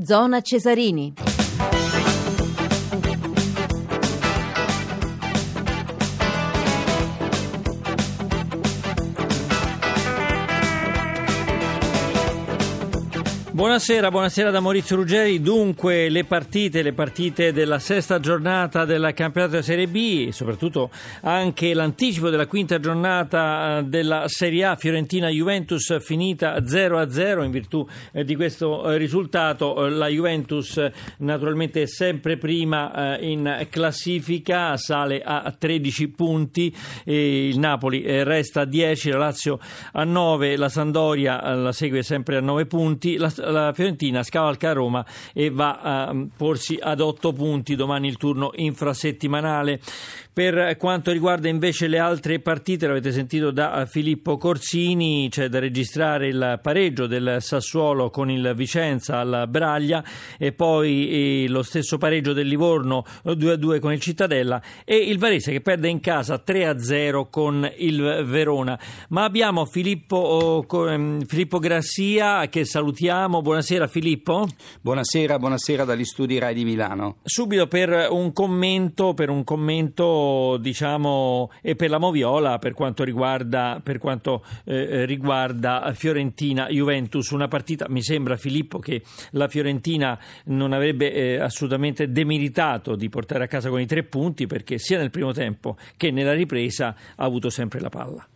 Zona Cesarini. Buonasera da Maurizio Ruggeri. Dunque le partite della sesta giornata del campionato della Serie B e soprattutto anche l'anticipo della quinta giornata della Serie A, Fiorentina-Juventus finita 0-0 in virtù di questo risultato. La Juventus naturalmente è sempre prima in classifica, sale a 13 punti, il Napoli resta a 10, la Lazio a 9, la Sampdoria la segue sempre a 9 punti, la Fiorentina scavalca Roma e va a porsi ad 8 punti. Domani il turno infrasettimanale. Per quanto riguarda invece le altre partite, l'avete sentito da Filippo Corsini, c'è da registrare il pareggio del Sassuolo con il Vicenza al Braglia e poi lo stesso pareggio del Livorno 2-2 con il Cittadella e il Varese che perde in casa 3-0 con il Verona. Ma abbiamo Filippo Grassia che salutiamo. Buonasera Filippo. Buonasera dagli studi Rai di Milano. Subito per un commento diciamo e per la Moviola per quanto riguarda Fiorentina Juventus, una partita, mi sembra Filippo, che la Fiorentina non avrebbe assolutamente demeritato di portare a casa con i 3 punti, perché sia nel primo tempo che nella ripresa ha avuto sempre la palla.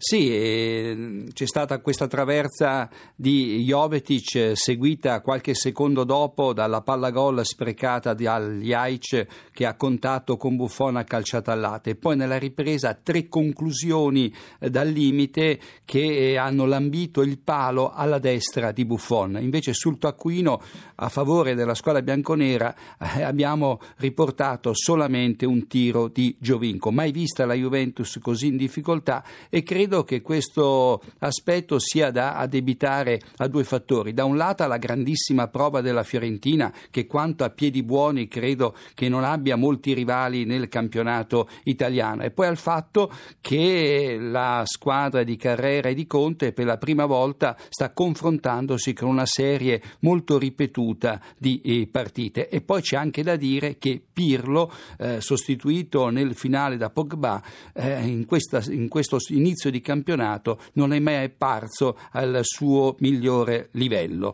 Sì, c'è stata questa traversa di Jovetic seguita qualche secondo dopo dalla palla gol sprecata di Ljajic che ha contatto con Buffon a calciata al lato, e poi nella ripresa 3 conclusioni dal limite che hanno lambito il palo alla destra di Buffon. Invece sul taccuino a favore della squadra bianconera abbiamo riportato solamente un tiro di Giovinco. Mai vista la Juventus così in difficoltà, e credo che questo aspetto sia da addebitare a 2 fattori. Da un lato la grandissima prova della Fiorentina, che quanto a piedi buoni credo che non abbia molti rivali nel campionato italiano, e poi al fatto che la squadra di Carrera e di Conte per la prima volta sta confrontandosi con una serie molto ripetuta di partite. E poi c'è anche da dire che Pirlo, sostituito nel finale da Pogba, in questo inizio di campionato non è mai apparso al suo migliore livello.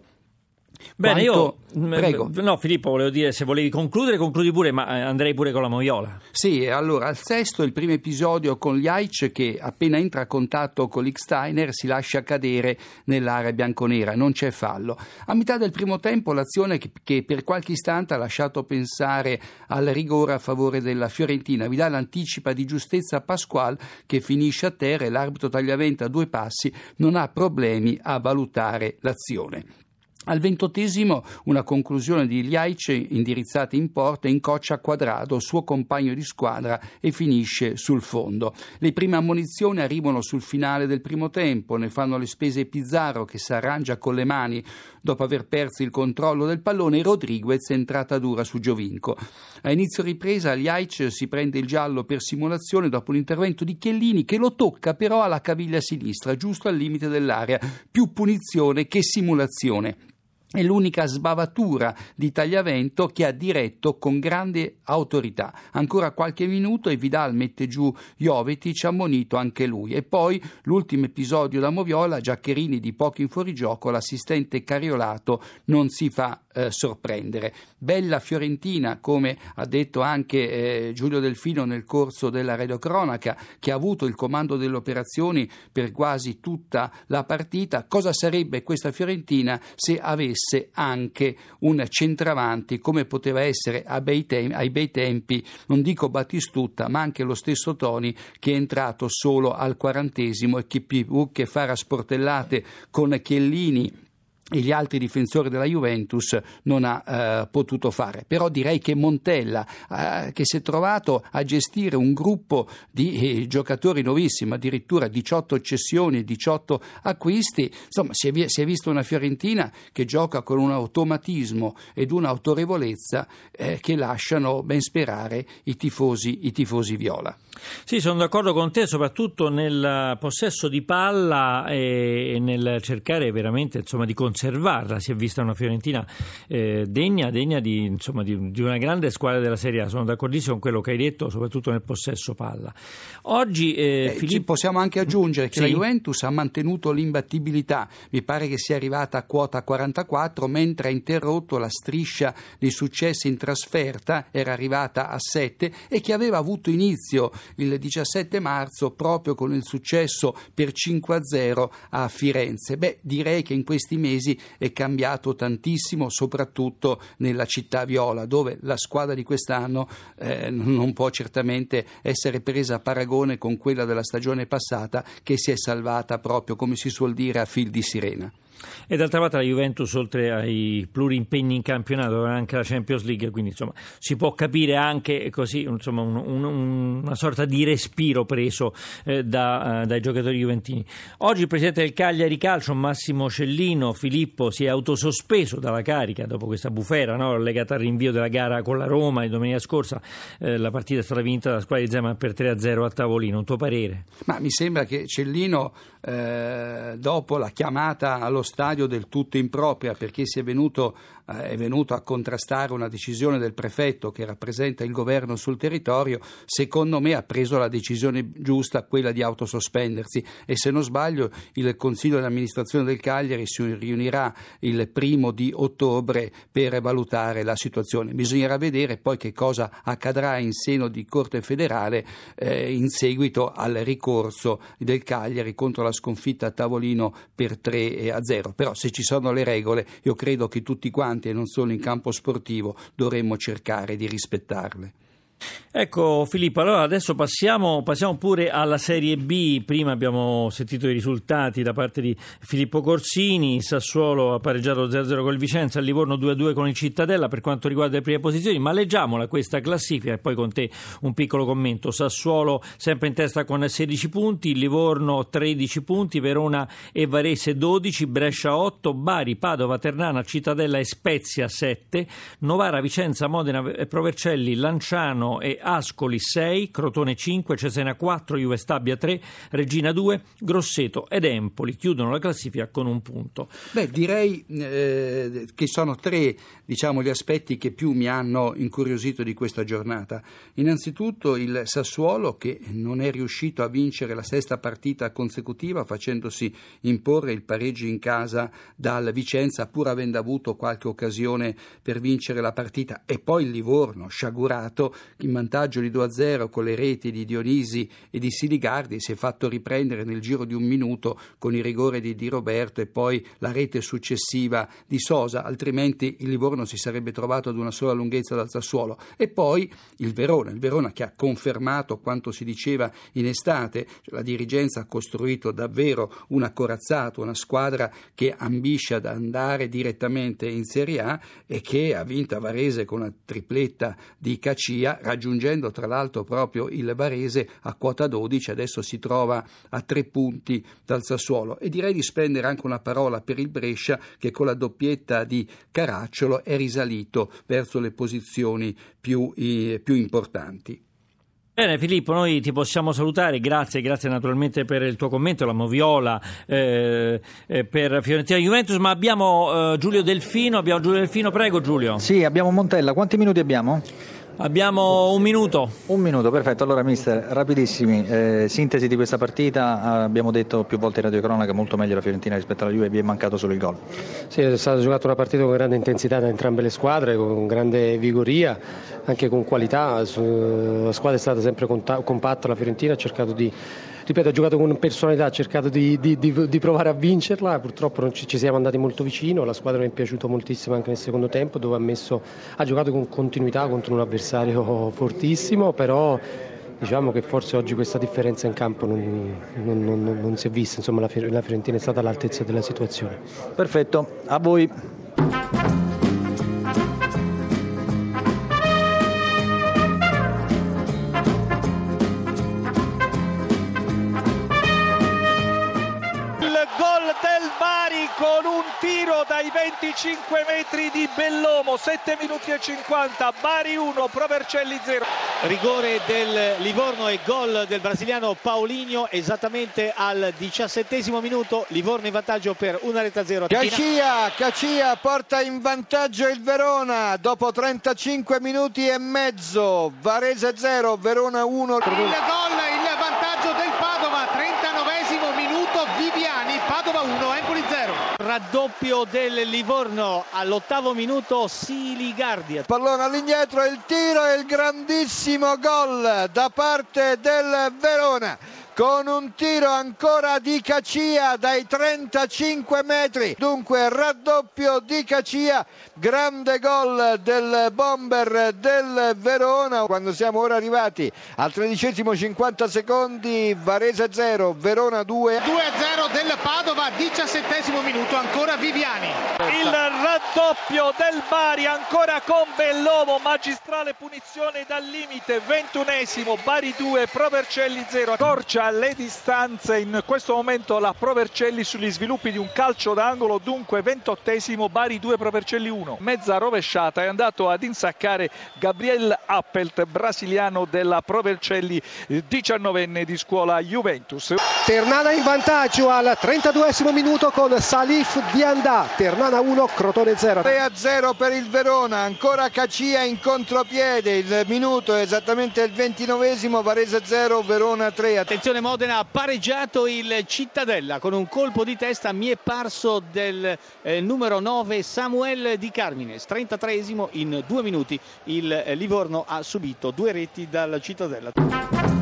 Bene, prego. No, Filippo, volevo dire, se volevi concludere, concludi pure, ma andrei pure con la Moviola. Sì, allora, al sesto il primo episodio con Ljajic che appena entra a contatto con Lichtsteiner si lascia cadere nell'area bianconera, non c'è fallo. A metà del primo tempo l'azione che per qualche istante ha lasciato pensare al rigore a favore della Fiorentina. Vidal anticipa di giustezza Pasquale che finisce a terra e l'arbitro Tagliaventa a 2 passi non ha problemi a valutare l'azione. Al 28esimo una conclusione di Ljajic indirizzata in porta incoccia Quadrado, suo compagno di squadra, e finisce sul fondo. Le prime ammonizioni arrivano sul finale del primo tempo, ne fanno le spese Pizarro che si arrangia con le mani dopo aver perso il controllo del pallone, e Rodriguez è entrata dura su Giovinco. A inizio ripresa Ljajic si prende il giallo per simulazione dopo un intervento di Chiellini che lo tocca però alla caviglia sinistra, giusto al limite dell'area, più punizione che simulazione. È l'unica sbavatura di Tagliavento che ha diretto con grande autorità. Ancora qualche minuto e Vidal mette giù Jovetic, ammonito anche lui. E poi l'ultimo episodio da Moviola, Giaccherini di poco in fuorigioco, l'assistente Cariolato non si fa sorprendere. Bella Fiorentina, come ha detto anche Giulio Delfino nel corso della radiocronaca, che ha avuto il comando delle operazioni per quasi tutta la partita. Cosa sarebbe questa Fiorentina se avesse anche un centravanti come poteva essere ai bei tempi, non dico Battistutta, ma anche lo stesso Toni, che è entrato solo al 40esimo e che più che fare a sportellate con Chiellini e gli altri difensori della Juventus non ha potuto fare. Però direi che Montella, che si è trovato a gestire un gruppo di giocatori nuovissimi, addirittura 18 cessioni e 18 acquisti, insomma si è visto una Fiorentina che gioca con un automatismo ed un'autorevolezza che lasciano ben sperare i tifosi viola. Sì, sono d'accordo con te, soprattutto nel possesso di palla e nel cercare veramente di conservarla. Si è vista una Fiorentina degna di una grande squadra della Serie A. Sono d'accordissimo con quello che hai detto, soprattutto nel possesso palla. Oggi ci possiamo anche aggiungere che la Juventus ha mantenuto l'imbattibilità, mi pare che sia arrivata a quota 44, mentre ha interrotto la striscia di successi in trasferta, era arrivata a 7, e che aveva avuto inizio il 17 marzo proprio con il successo per 5-0 a Firenze. Direi che in questi mesi è cambiato tantissimo, soprattutto nella città viola, dove la squadra di quest'anno non può certamente essere presa a paragone con quella della stagione passata, che si è salvata proprio, come si suol dire, a fil di sirena. E d'altra parte la Juventus, oltre ai pluri impegni in campionato, aveva anche la Champions League, quindi si può capire anche così una sorta di respiro preso dai giocatori juventini. Oggi il presidente del Cagliari Calcio, Massimo Cellino, Filippo, si è autosospeso dalla carica dopo questa bufera legata al rinvio della gara con la Roma di domenica scorsa. La partita è stata vinta dalla squadra di Zeman per 3-0 a tavolino. Un tuo parere? Ma mi sembra che Cellino, dopo la chiamata allo stadio del tutto impropria, perché è venuto a contrastare una decisione del prefetto che rappresenta il governo sul territorio, secondo me ha preso la decisione giusta, quella di autosospendersi, e se non sbaglio il Consiglio di amministrazione del Cagliari si riunirà il 1 ottobre per valutare la situazione. Bisognerà vedere poi che cosa accadrà in seno di Corte federale in seguito al ricorso del Cagliari contro la sconfitta a tavolino per 3-0. Però se ci sono le regole, io credo che tutti quanti, e non solo in campo sportivo, dovremmo cercare di rispettarle. Ecco Filippo, allora adesso passiamo pure alla Serie B. Prima abbiamo sentito i risultati da parte di Filippo Corsini. Sassuolo ha pareggiato 0-0 con il Vicenza, il Livorno 2-2 con il Cittadella per quanto riguarda le prime posizioni, ma leggiamola questa classifica e poi con te un piccolo commento. Sassuolo sempre in testa con 16 punti, il Livorno 13 punti, Verona e Varese 12, Brescia 8, Bari, Padova, Ternana, Cittadella e Spezia 7, Novara, Vicenza, Modena e Provercelli, Lanciano e Ascoli 6, Crotone 5, Cesena 4, Juve Stabia 3, Regina 2, Grosseto ed Empoli chiudono la classifica con un punto. Direi che sono 3 gli aspetti che più mi hanno incuriosito di questa giornata. Innanzitutto il Sassuolo, che non è riuscito a vincere la 6ª partita consecutiva, facendosi imporre il pareggio in casa dal Vicenza, pur avendo avuto qualche occasione per vincere la partita, e poi il Livorno, sciagurato, in vantaggio di 2-0 con le reti di Dionisi e di Siligardi, si è fatto riprendere nel giro di un minuto con il rigore di Di Roberto e poi la rete successiva di Sosa, altrimenti il Livorno si sarebbe trovato ad una sola lunghezza dal Sassuolo. E poi il Verona che ha confermato quanto si diceva in estate, la dirigenza ha costruito davvero una corazzata, una squadra che ambisce ad andare direttamente in Serie A e che ha vinto a Varese con una tripletta di Cacia, raggiungendo tra l'altro proprio il Varese a quota 12, adesso si trova a 3 punti dal Sassuolo. E direi di spendere anche una parola per il Brescia, che con la doppietta di Caracciolo è risalito verso le posizioni più importanti. Bene Filippo, noi ti possiamo salutare, grazie naturalmente per il tuo commento, la moviola per Fiorentina Juventus, ma abbiamo Giulio Delfino, prego Giulio. Sì, abbiamo Montella, quanti minuti abbiamo? Abbiamo un minuto. Un minuto, perfetto. Allora mister, rapidissimi, sintesi di questa partita. Abbiamo detto più volte in radiocronaca molto meglio la Fiorentina rispetto alla Juve, vi è mancato solo il gol. Sì, è stata giocata una partita con grande intensità da entrambe le squadre, con grande vigoria, anche con qualità. La squadra è stata sempre compatta, la Fiorentina ha cercato ha giocato con personalità, ha cercato di provare a vincerla, purtroppo non ci siamo andati molto vicino. La squadra mi è piaciuta moltissimo anche nel secondo tempo, dove ha giocato con continuità contro un avversario fortissimo, però diciamo che forse oggi questa differenza in campo non si è vista, insomma la Fiorentina è stata all'altezza della situazione. Perfetto, a voi. Con un tiro dai 25 5 metri di Bellomo, 7 minuti e 50, Bari 1, Pro Vercelli 0. Rigore del Livorno e gol del brasiliano Paulinho esattamente al 17° minuto. Livorno in vantaggio per 1-0. Cacia porta in vantaggio il Verona dopo 35 minuti e mezzo. Varese 0, Verona 1. Il gol, il vantaggio del Padova, 39° minuto, Viviani, Padova 1, Empoli 0. Raddoppio del Livorno all'8° minuto, Siligardi. Pallone all'indietro, il tiro e il grandissimo gol da parte del Verona, con un tiro ancora di Cacia dai 35 metri. Dunque raddoppio di Cacia, grande gol del bomber del Verona. Quando siamo ora arrivati al 13° 50 secondi, Varese 0, Verona 2. 2-0 del Padova, 17° minuto, ancora Viviani. Il raddoppio del Bari ancora con Bellomo, magistrale punizione dal limite, 21°, Bari 2, Pro Vercelli 0. Corcia le distanze in questo momento la Pro Vercelli sugli sviluppi di un calcio d'angolo, dunque 28°, Bari 2, Pro Vercelli 1. Mezza rovesciata, è andato ad insaccare Gabriel Appelt, brasiliano della Pro Vercelli, 19enne di scuola Juventus. Ternana in vantaggio al 32° minuto con Salif Diandà, Ternana 1, Crotone 0. 3-0 per il Verona, ancora Cacia in contropiede, il minuto è esattamente il 29°, Varese 0, Verona 3. Attenzione, Modena ha pareggiato il Cittadella con un colpo di testa, mi è parso, del numero 9 Samuel Di Carmines. 33° in 2 minuti il Livorno ha subito 2 reti dal Cittadella.